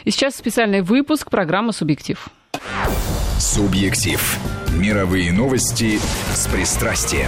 И сейчас специальный выпуск программы «Субъектив». «Субъектив». Мировые новости с пристрастием.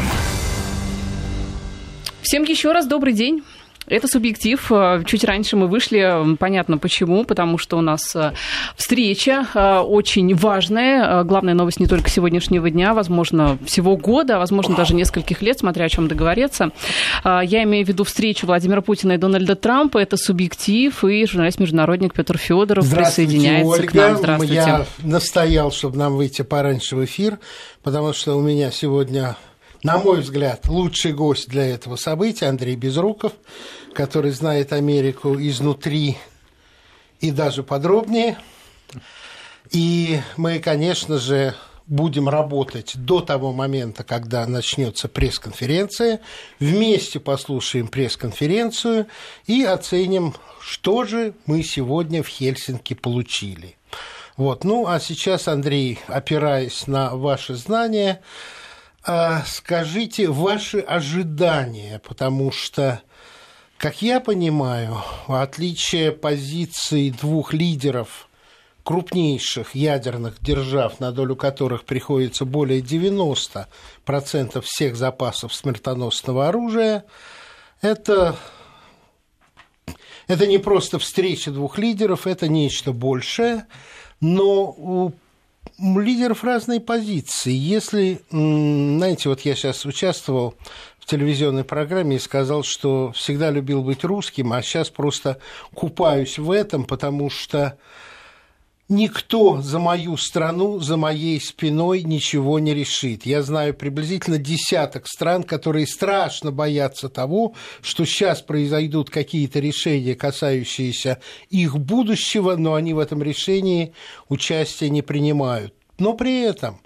Всем еще раз добрый день. Это «Субъектив». Чуть раньше мы вышли, понятно почему, потому что у нас встреча очень важная. Главная новость не только сегодняшнего дня, возможно, всего года, а возможно, даже нескольких лет, смотря о чем договориться. Я имею в виду встречу Владимира Путина и Дональда Трампа. Это «Субъектив», и журналист-международник Петр Федоров присоединяется Ольга. к нам. Здравствуйте. Я настоял, чтобы нам выйти пораньше в эфир, потому что у меня сегодня, на мой взгляд, лучший гость для этого события Андрей Безруков, который знает Америку изнутри и даже подробнее. И мы, конечно же, будем работать до того момента, когда начнется пресс-конференция. Вместе послушаем пресс-конференцию и оценим, что же мы сегодня в Хельсинки получили. Вот. Ну, а сейчас, Андрей, опираясь на ваши знания, скажите ваши ожидания, потому что, как я понимаю, в отличие от позиций двух лидеров крупнейших ядерных держав, на долю которых приходится более 90% всех запасов смертоносного оружия, это не просто встреча двух лидеров, это нечто большее, но у лидеров разные позиции. Если, знаете, вот я сейчас участвовал в телевизионной программе и сказал, что всегда любил быть русским, а сейчас просто купаюсь в этом, потому что никто за мою страну, за моей спиной ничего не решит. Я знаю приблизительно десяток стран, которые страшно боятся того, что сейчас произойдут какие-то решения, касающиеся их будущего, но они в этом решении участия не принимают. Но при этом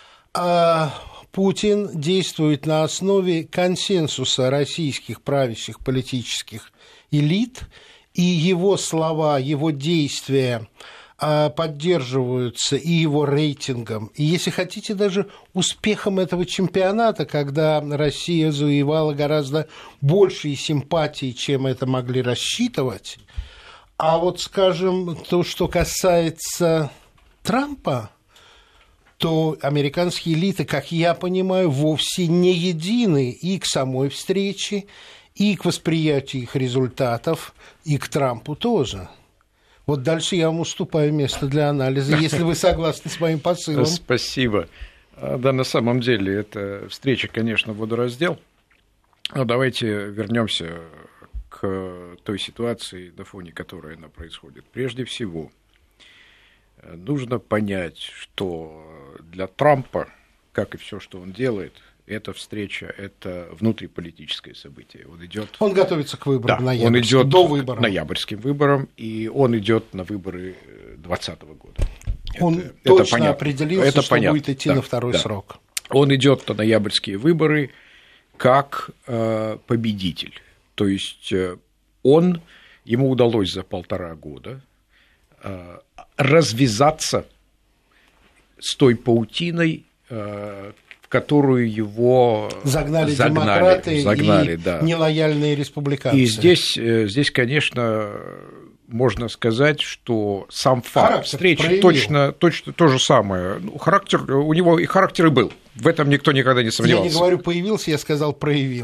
Путин действует на основе консенсуса российских правящих политических элит, и его слова, его действия поддерживаются и его рейтингом, и, если хотите, даже успехом этого чемпионата, когда Россия завоевала гораздо большие симпатии, чем это могли рассчитывать. А вот, скажем, то, что касается Трампа, то американские элиты, как я понимаю, вовсе не едины и к самой встрече, и к восприятию их результатов, и к Трампу тоже. Вот дальше я вам уступаю место для анализа, если вы согласны с моим посылом. Спасибо. Да, на самом деле, эта встреча, конечно, водораздел. Но давайте вернемся к той ситуации, на фоне которой она происходит. Прежде всего, нужно понять, что для Трампа, как и все, что он делает, эта встреча – это внутриполитическое событие. Он готовится к выборам, да, он идет к ноябрьским выборам, и он идет на выборы 2020 года. Он точно определился, что будет идти на второй срок. Он идет на ноябрьские выборы как победитель. То есть ему удалось за 1,5 года развязаться с той паутиной, в которую его загнали демократы и да. нелояльные республиканцы. И здесь, конечно, можно сказать, что сам факт встречи точно то же самое. Характер у него и характер и был. В этом никто никогда не сомневался. Я не говорю «появился», я сказал «проявил».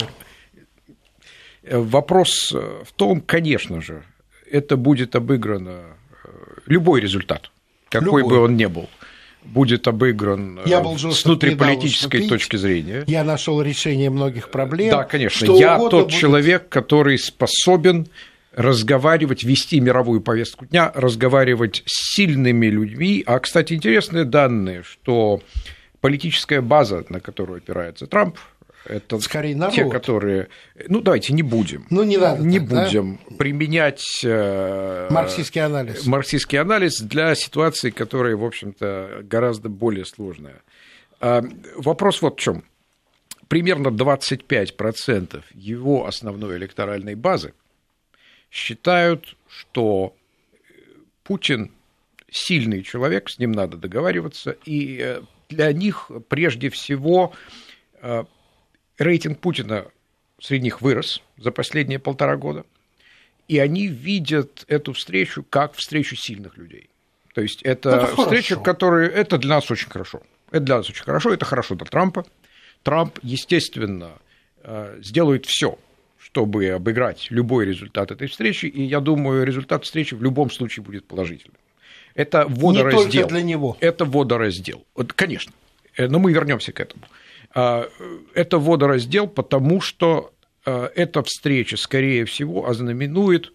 Вопрос в том, конечно же, это будет обыграно, любой результат, какой бы он ни был, будет обыгран с внутриполитической точки зрения. Я нашел решение многих проблем. Да, конечно. Я тот человек, который способен разговаривать, вести мировую повестку дня, разговаривать с сильными людьми. А, кстати, интересные данные, что политическая база, на которую опирается Трамп, это скорее народ. Те, которые... давайте не будем. Не будем применять марксистский анализ для ситуации, которая, в общем-то, гораздо более сложная. Вопрос вот в чем. Примерно 25% его основной электоральной базы считают, что Путин сильный человек, с ним надо договариваться, и для них прежде всего рейтинг Путина среди них вырос за последние 1,5 года, и они видят эту встречу как встречу сильных людей. То есть это встреча, которая... Это для нас очень хорошо. Это хорошо для Трампа. Трамп, естественно, сделает все, чтобы обыграть любой результат этой встречи, и я думаю, результат встречи в любом случае будет положительным. Это водораздел. Не только для него. Это водораздел. Вот, конечно, но мы вернемся к этому. Это водораздел, потому что эта встреча, скорее всего, ознаменует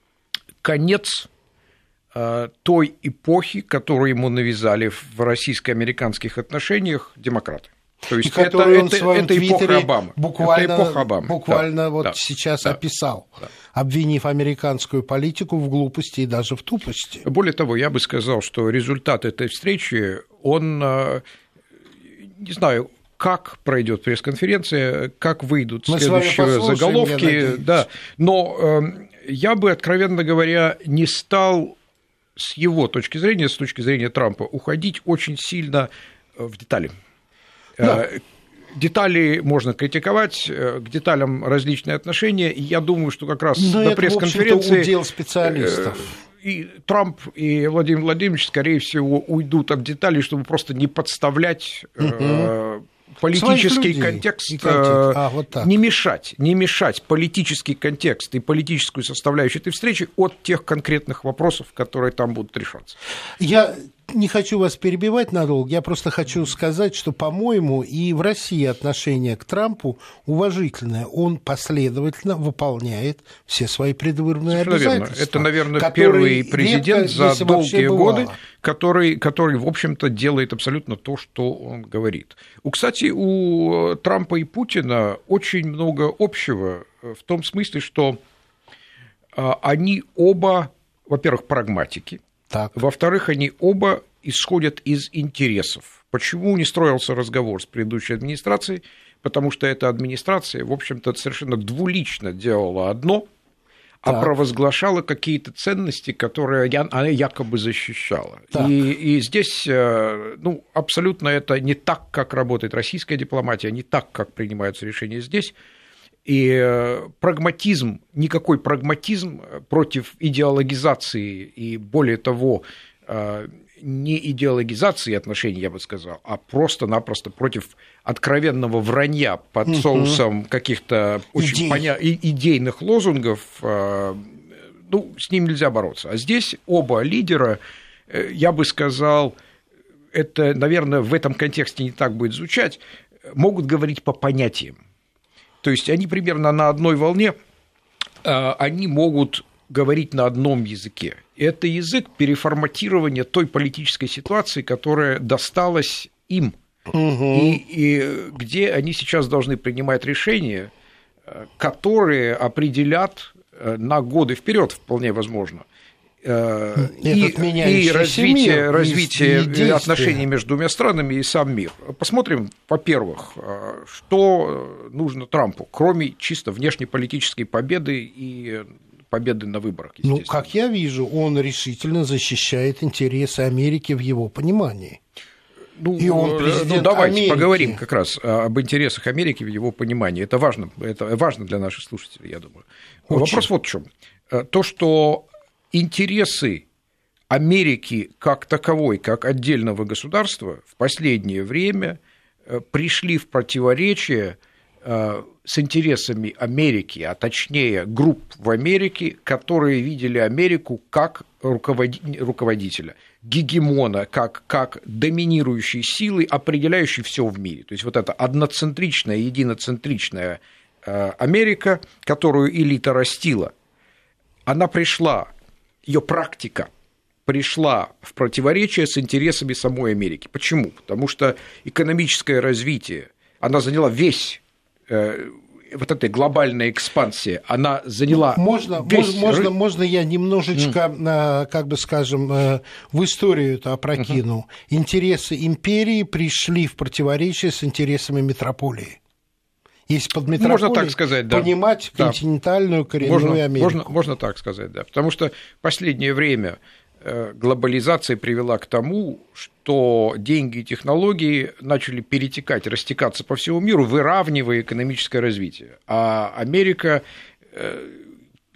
конец той эпохи, которую ему навязали в российско-американских отношениях демократы. То есть это эпоха Обамы. Буквально сейчас описал, обвинив американскую политику в глупости и даже в тупости. Более того, я бы сказал, что результат этой встречи, он, не знаю, как пройдет пресс-конференция, как выйдут следующие заголовки, да, но я бы, откровенно говоря, не стал с его точки зрения, с точки зрения Трампа, уходить очень сильно в детали. Да. Детали можно критиковать, к деталям различные отношения, и я думаю, что как раз на пресс-конференции... Это удел специалистов. И Трамп, и Владимир Владимирович, скорее всего, уйдут от деталей, чтобы просто не подставлять политический контекст, не мешать политический контекст и политическую составляющую этой встречи от тех конкретных вопросов, которые там будут решаться. Я не хочу вас перебивать надолго, я просто хочу сказать, что, по-моему, и в России отношение к Трампу уважительное. Он последовательно выполняет все свои предвыборные обязательства. Это, наверное, первый президент за долгие годы, который, в общем-то, делает абсолютно то, что он говорит. Кстати, у Трампа и Путина очень много общего в том смысле, что они оба, во-первых, прагматики, так. Во-вторых, они оба исходят из интересов. Почему не строился разговор с предыдущей администрацией? Потому что эта администрация, в общем-то, совершенно двулично делала одно, а провозглашала какие-то ценности, которые она якобы защищала. И здесь абсолютно это не так, как работает российская дипломатия, не так, как принимаются решения здесь. И прагматизм, никакой прагматизм против идеологизации и, более того, не идеологизации отношений, я бы сказал, а просто-напросто против откровенного вранья под соусом каких-то очень идейных лозунгов, с ним нельзя бороться. А здесь оба лидера, я бы сказал, это, наверное, в этом контексте не так будет звучать, могут говорить по понятиям. То есть они примерно на одной волне, они могут говорить на одном языке. Это язык переформатирования той политической ситуации, которая досталась им, и где они сейчас должны принимать решения, которые определят на годы вперед, вполне возможно, и развитие отношений между двумя странами и сам мир. Посмотрим, во-первых, что нужно Трампу, кроме чисто внешнеполитической победы и победы на выборах. Как я вижу, он решительно защищает интересы Америки в его понимании. Давайте Америки. Поговорим как раз об интересах Америки в его понимании. Это важно для наших слушателей, я думаю. Очень. Вопрос вот в чем. То, что интересы Америки как таковой, как отдельного государства в последнее время пришли в противоречие с интересами Америки, а точнее групп в Америке, которые видели Америку как руководителя, гегемона, как доминирующей силы, определяющей все в мире. То есть вот эта одноцентричная, единоцентричная Америка, которую элита растила, она пришла, ее практика пришла в противоречие с интересами самой Америки. Почему? Потому что экономическое развитие, она заняла весь, вот эта глобальная экспансия, она заняла весь... Можно я немножечко, как бы скажем, в историю это опрокину? Интересы империи пришли в противоречие с интересами метрополии. Если под метрополией можно так сказать, понимать континентальную коренную Америку. Можно так сказать, да. Потому что в последнее время глобализация привела к тому, что деньги и технологии начали перетекать, растекаться по всему миру, выравнивая экономическое развитие. А Америка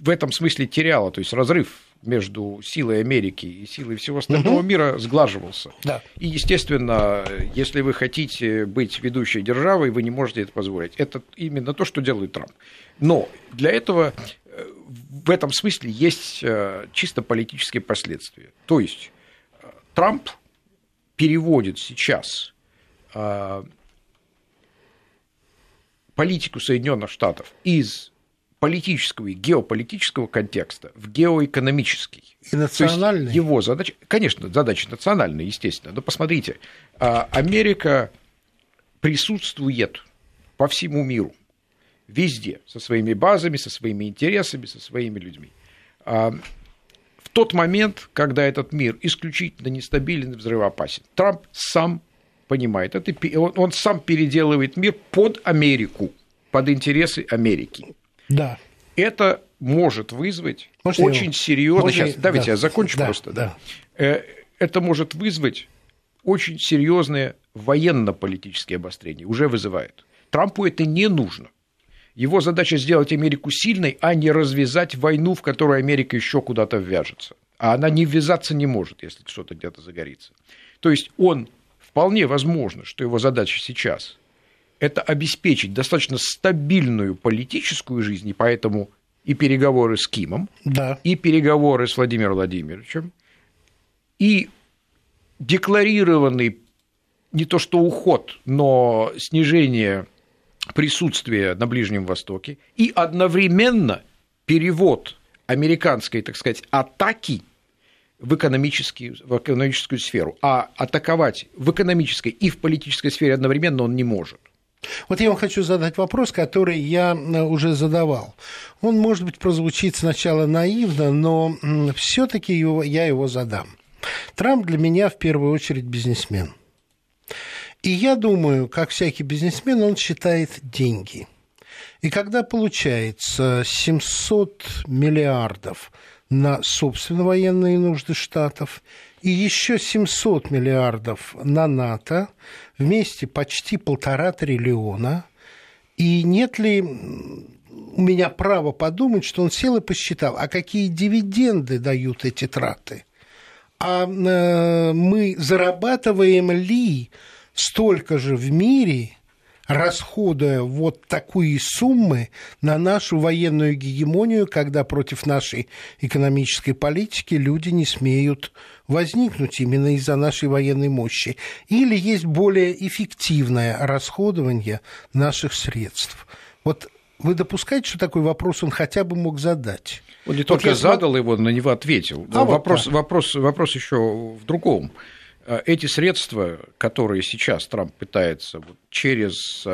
в этом смысле теряла, то есть разрыв между силой Америки и силой всего остального мира сглаживался. Да. И, естественно, если вы хотите быть ведущей державой, вы не можете это позволить. Это именно то, что делает Трамп. Но для этого в этом смысле есть чисто политические последствия. То есть Трамп переводит сейчас политику Соединенных Штатов из политического и геополитического контекста в геоэкономический. И национальный. То есть его задача, конечно, задача национальная, естественно, но посмотрите, Америка присутствует по всему миру, везде, со своими базами, со своими интересами, со своими людьми. В тот момент, когда этот мир исключительно нестабилен и взрывоопасен, Трамп сам понимает это, он сам переделывает мир под Америку, под интересы Америки. Да. Это может вызвать очень серьезное... Давайте я закончу просто. Да. Это может вызвать очень серьезное военно-политические обострения, уже вызывает. Трампу это не нужно. Его задача сделать Америку сильной, а не развязать войну, в которую Америка еще куда-то ввяжется. А она не ввязаться не может, если что-то где-то загорится. То есть он вполне возможно, что его задача сейчас – это обеспечить достаточно стабильную политическую жизнь, и поэтому и переговоры с Кимом, да, и переговоры с Владимиром Владимировичем, и декларированный не то что уход, но снижение присутствия на Ближнем Востоке, и одновременно перевод американской, так сказать, атаки в экономическую сферу. А атаковать в экономической и в политической сфере одновременно он не может. Вот я вам хочу задать вопрос, который я уже задавал. Он, может быть, прозвучит сначала наивно, но все-таки я его задам. Трамп для меня в первую очередь бизнесмен. И я думаю, как всякий бизнесмен, он считает деньги. И когда получается 700 миллиардов на собственные военные нужды Штатов и еще 700 миллиардов на НАТО, вместе почти 1,5 триллиона, и нет ли у меня права подумать, что он сел и посчитал, а какие дивиденды дают эти траты? А мы зарабатываем ли столько же в мире, расходуя вот такие суммы на нашу военную гегемонию, когда против нашей экономической политики люди не смеют возникнуть именно из-за нашей военной мощи? Или есть более эффективное расходование наших средств? Вот вы допускаете, что такой вопрос он хотя бы мог задать? Он не только задал его, на него ответил. Вопрос еще в другом. Эти средства, которые сейчас Трамп пытается через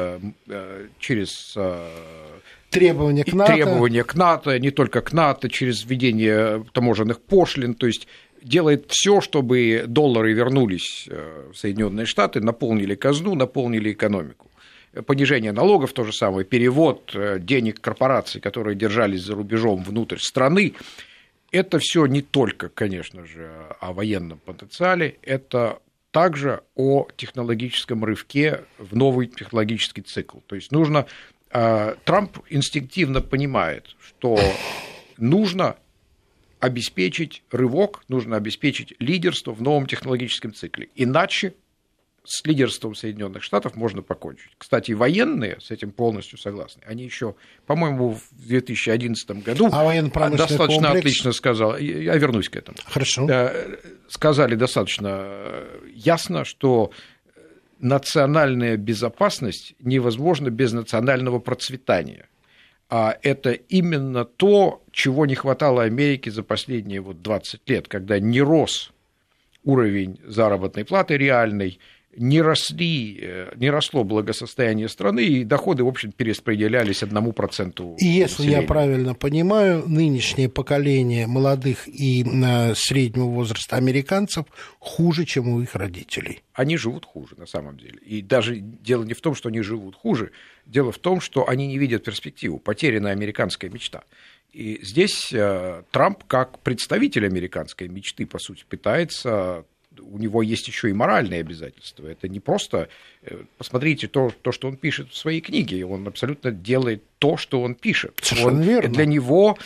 требования к НАТО, не только к НАТО, через введение таможенных пошлин, то есть делает все, чтобы доллары вернулись в Соединенные Штаты, наполнили казну, наполнили экономику. Понижение налогов, то же самое, перевод денег корпораций, которые держались за рубежом внутрь страны. Это все не только, конечно же, о военном потенциале, это также о технологическом рывке в новый технологический цикл. То есть нужно... Трамп инстинктивно понимает, что нужно обеспечить рывок, нужно обеспечить лидерство в новом технологическом цикле. Иначе с лидерством Соединенных Штатов можно покончить. Кстати, военные с этим полностью согласны. Они еще, по-моему, в 2011 году достаточно отлично сказали, я вернусь к этому. Хорошо. Сказали достаточно ясно, что национальная безопасность невозможна без национального процветания. А это именно то, чего не хватало Америке за последние 20 лет, когда не рос уровень заработной платы реальной, не росло благосостояние страны, и доходы, в общем, перераспределялись 1%. И если населения. Я правильно понимаю, нынешнее поколение молодых и среднего возраста американцев хуже, чем у их родителей. Они живут хуже, на самом деле. И даже дело не в том, что они живут хуже, дело в том, что они не видят перспективу, потеряна американская мечта. И здесь Трамп, как представитель американской мечты, по сути, пытается у него есть еще и моральные обязательства. Это не просто... Посмотрите то, что он пишет в своей книге. Он абсолютно делает то, что он пишет. Совершенно верно. Для него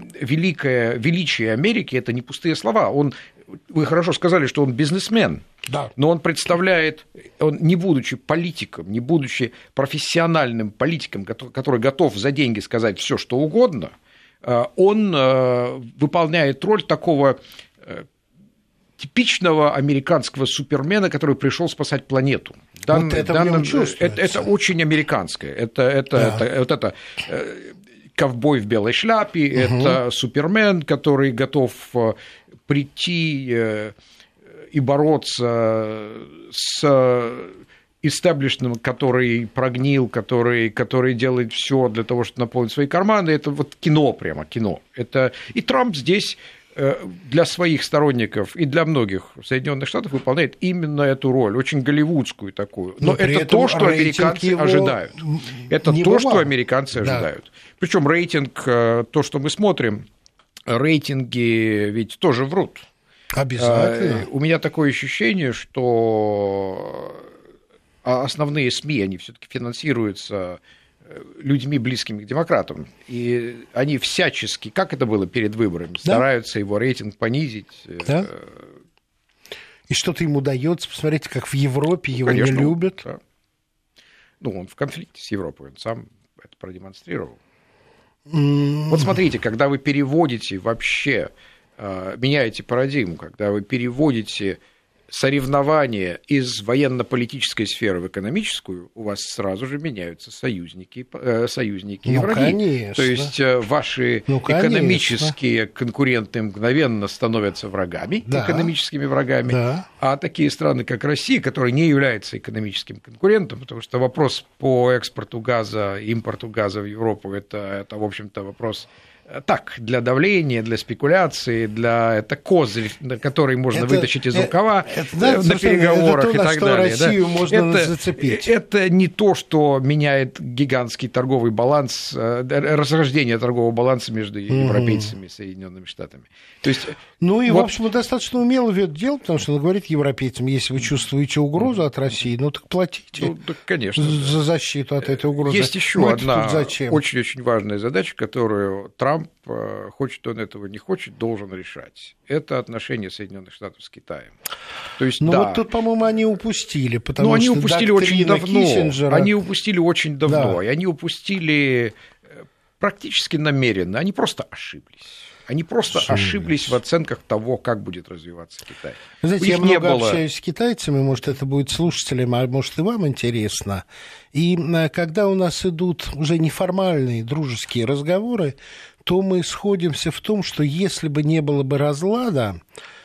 величие Америки – это не пустые слова. Вы хорошо сказали, что он бизнесмен. Да. Но он представляет, он, не будучи политиком, не будучи профессиональным политиком, который готов за деньги сказать все, что угодно, он выполняет роль такого типичного американского супермена, который пришел спасать планету. Это очень американское. Это ковбой в белой шляпе, это супермен, который готов прийти и бороться с истеблишментом, который прогнил, который делает все для того, чтобы наполнить свои карманы. Это вот кино, прямо кино. И Трамп здесь для своих сторонников и для многих Соединенных Штатов выполняет именно эту роль, очень голливудскую такую. Но это то, что американцы ожидают. Это то, что американцы ожидают. Причем рейтинг, то, что мы смотрим, рейтинги ведь тоже врут. Обязательно. У меня такое ощущение, что основные СМИ, они все-таки финансируются людьми, близкими к демократам, и они всячески, как это было перед выборами, стараются его рейтинг понизить. Да? И что-то им удается. Посмотрите, как в Европе его Конечно, не любят. Да. Он в конфликте с Европой, он сам это продемонстрировал. Вот смотрите, когда вы переводите вообще, меняете парадигму, когда вы переводите соревнования из военно-политической сферы в экономическую, у вас сразу же меняются союзники и враги. Конечно. То есть ваши экономические конкуренты мгновенно становятся врагами, экономическими врагами, а такие страны, как Россия, которая не является экономическим конкурентом, потому что вопрос по экспорту газа, импорту газа в Европу, это в общем-то, вопрос... Так, для давления, для спекуляции, это козырь, который можно вытащить из рукава на переговорах и так далее. Россию можно зацепить. Это не то, что меняет гигантский торговый баланс, расхождение торгового баланса между европейцами и Соединенными Штатами. То есть, в общем, достаточно умело ведет дело, потому что он говорит европейцам, если вы чувствуете угрозу от России, так платите конечно, за защиту от этой угрозы. Есть еще одна очень-очень важная задача, которую Трамп, хочет он этого, не хочет, должен решать. Это отношения Соединенных Штатов с Китаем. То есть, вот тут, по-моему, они упустили, потому что они упустили очень давно. Киссинджера... Они упустили очень давно, и они упустили практически намеренно, они просто ошиблись. Они просто ошиблись в оценках того, как будет развиваться Китай. Вы знаете, я много общаюсь с китайцами, может, это будет слушателям, а может, и вам интересно. И когда у нас идут уже неформальные дружеские разговоры, то мы сходимся в том, что если бы не было бы разлада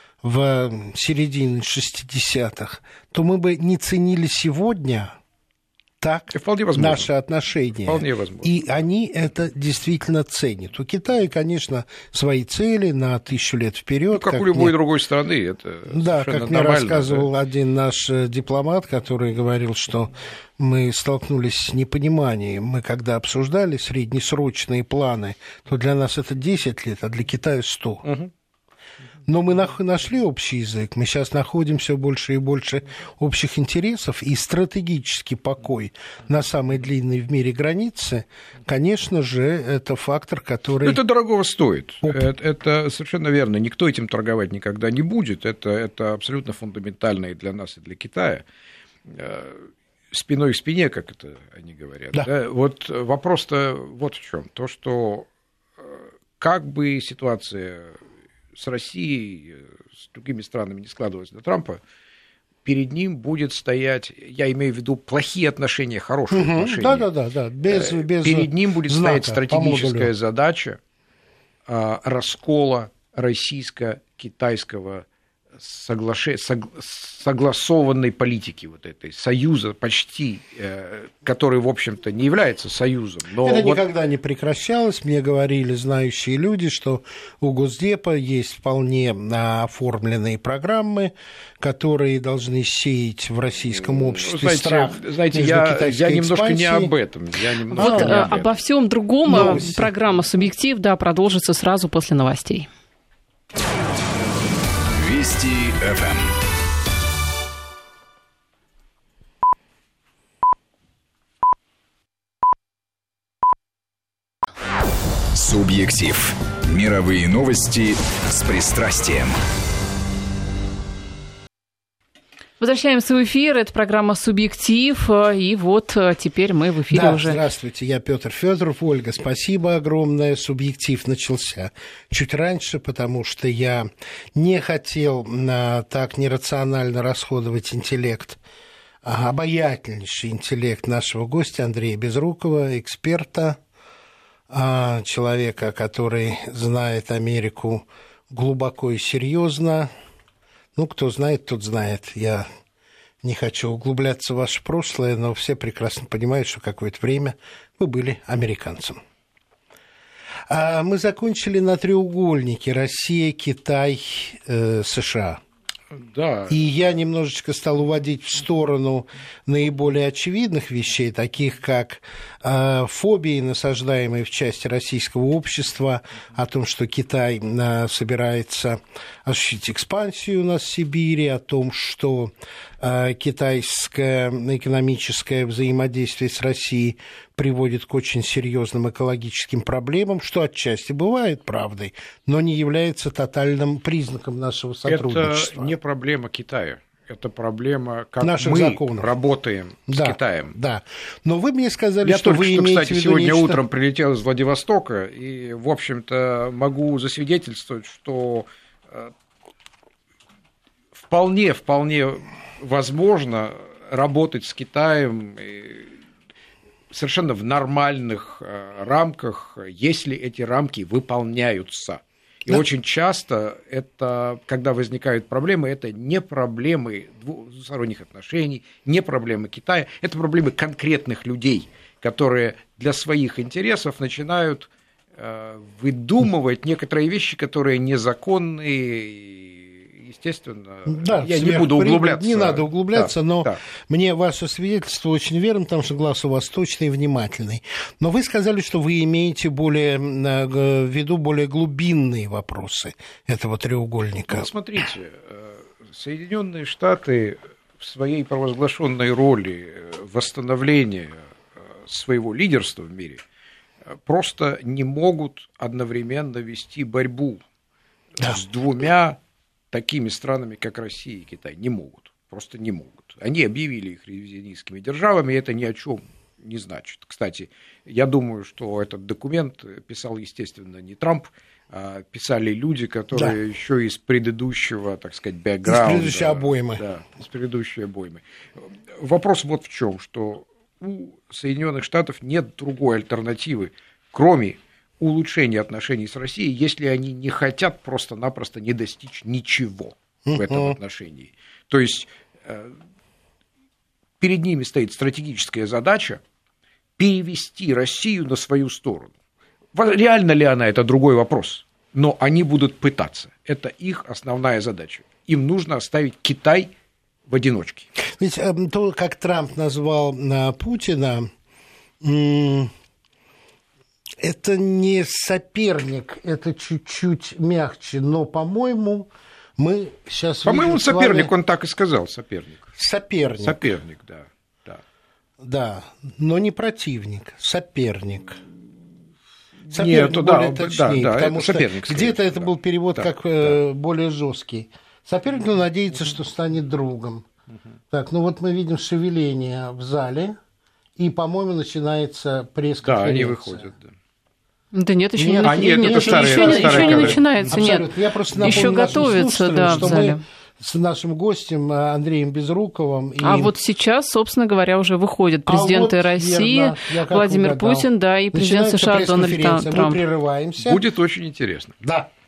в середине 60-х, то мы бы не ценили сегодня так наши отношения. Вполне возможно. И они это действительно ценят. У Китая, конечно, свои цели на 1000 лет вперед. Как у любой другой страны. Это как мне рассказывал один наш дипломат, который говорил, что мы столкнулись с непониманием. Мы когда обсуждали среднесрочные планы, то для нас это 10 лет, а для Китая 100. Угу. Но мы нашли общий язык, мы сейчас находим все больше и больше общих интересов, и стратегический покой на самой длинной в мире границе, конечно же, это фактор, который... Это дорогого стоит, это совершенно верно, никто этим торговать никогда не будет, это абсолютно фундаментально и для нас, и для Китая. Спиной к спине, как это они говорят. Да. Вот вопрос-то вот в чем, то, что как бы ситуация... с Россией, с другими странами не складывалось для Трампа, перед ним будет стоять, я имею в виду плохие отношения, хорошие отношения. Да. Без перед ним будет знака, стоять стратегическая задача раскола российско-китайского согласованной политики вот этой, союза почти, который, в общем-то, не является союзом. Но это никогда не прекращалось. Мне говорили знающие люди, что у Госдепа есть вполне оформленные программы, которые должны сеять в российском обществе страх. Знаете, я немножко не об этом. Обо всем другом программа «Субъектив» продолжится сразу после новостей. Вести ФМ. Субъектив. Мировые новости с пристрастием. Возвращаемся в эфир. Это программа «Субъектив». И вот теперь мы в эфире уже. Здравствуйте, я Петр Федоров. Ольга, спасибо огромное. «Субъектив» начался чуть раньше, потому что я не хотел так нерационально расходовать интеллект, обаятельнейший интеллект нашего гостя Андрея Безрукова, эксперта, человека, который знает Америку глубоко и серьезно. Ну, кто знает, тот знает. Я не хочу углубляться в ваше прошлое, но все прекрасно понимают, что какое-то время вы были американцем. Мы закончили на треугольнике Россия, Китай, США. Да. И я немножечко стал уводить в сторону наиболее очевидных вещей, таких как фобии, насаждаемые в части российского общества, о том, что Китай собирается осуществить экспансию у нас в Сибири, о том, что китайское экономическое взаимодействие с Россией приводит к очень серьезным экологическим проблемам, что отчасти бывает правдой, но не является тотальным признаком нашего сотрудничества. Это не проблема Китая. Это проблема, как наших мы законов. Работаем с Китаем. Да, но вы мне сказали, я что вы имеете в виду кстати, сегодня нечто... утром прилетел из Владивостока, и, в общем-то, могу засвидетельствовать, что вполне возможно работать с Китаем совершенно в нормальных рамках, если эти рамки выполняются. И очень часто это, когда возникают проблемы, это не проблемы двусторонних отношений, не проблемы Китая, это проблемы конкретных людей, которые для своих интересов начинают выдумывать некоторые вещи, которые незаконные. Естественно, да, я не буду углубляться. Не надо углубляться, да, но да. Мне ваше свидетельство очень верно, потому что глаз у вас точный и внимательный. Но вы сказали, что вы имеете в виду более глубинные вопросы этого треугольника. Ну, смотрите, Соединенные Штаты в своей провозглашенной роли восстановления своего лидерства в мире просто не могут одновременно вести борьбу с двумя такими странами, как Россия и Китай, не могут, просто не могут. Они объявили их ревизионистскими державами, и это ни о чем не значит. Кстати, я думаю, что этот документ писал, естественно, не Трамп, а писали люди, которые еще из предыдущего, так сказать, бэкграунда. Из предыдущей обоймы. Да, из предыдущей обоймы. Вопрос вот в чем, что у Соединенных Штатов нет другой альтернативы, кроме улучшения отношений с Россией, если они не хотят просто-напросто не достичь ничего в этом отношении. То есть перед ними стоит стратегическая задача перевести Россию на свою сторону. Реально ли она, это другой вопрос, но они будут пытаться. Это их основная задача. Им нужно оставить Китай в одиночке. Ведь то, как Трамп назвал Путина, это не соперник, это чуть-чуть мягче, но, по-моему, мы сейчас По-моему, видим соперник, вами... он так и сказал, соперник. Соперник. Соперник, да. Да, но не противник, соперник. Нет, более точнее, да, потому это что соперник. Где-то это был перевод как более жесткий. Соперник, но надеется, что станет другом. Так, ну вот мы видим шевеление в зале, и, по-моему, начинается пресс-конференция. Да, они выходят, да. Да нет, еще нет, еще не начинается, абсолютно. нет. Я просто напомню еще готовится, да, что в зале. Мы с нашим гостем Андреем Безруковым. А вот сейчас, собственно говоря, уже выходят президенты России, Владимир Путин, да, и президент США Дональд Трамп. Мы прерываемся. Будет очень интересно. Да.